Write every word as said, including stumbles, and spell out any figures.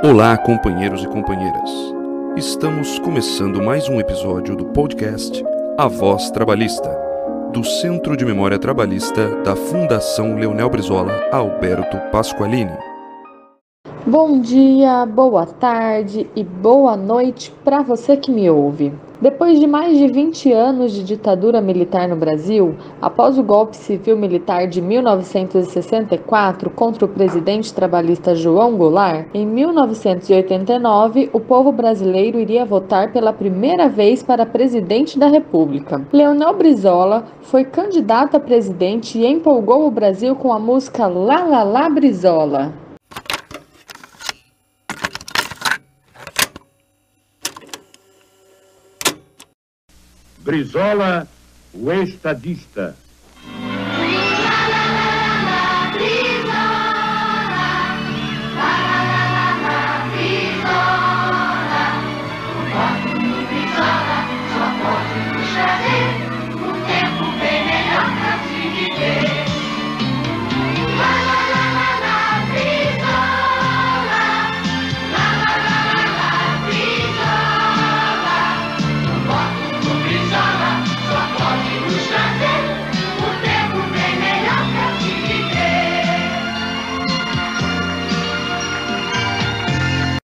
Olá, companheiros e companheiras. Estamos começando mais um episódio do podcast A Voz Trabalhista, do Centro de Memória Trabalhista da Fundação Leonel Brizola Alberto Pasqualini. Bom dia, boa tarde e boa noite para você que me ouve. Depois de mais de vinte anos de ditadura militar no Brasil, após o golpe civil-militar de mil novecentos e sessenta e quatro contra o presidente trabalhista João Goulart, em mil novecentos e oitenta e nove, o povo brasileiro iria votar pela primeira vez para presidente da República. Leonel Brizola foi candidato a presidente e empolgou o Brasil com a música Lá Lá Lá Brizola. Brizola, o estadista.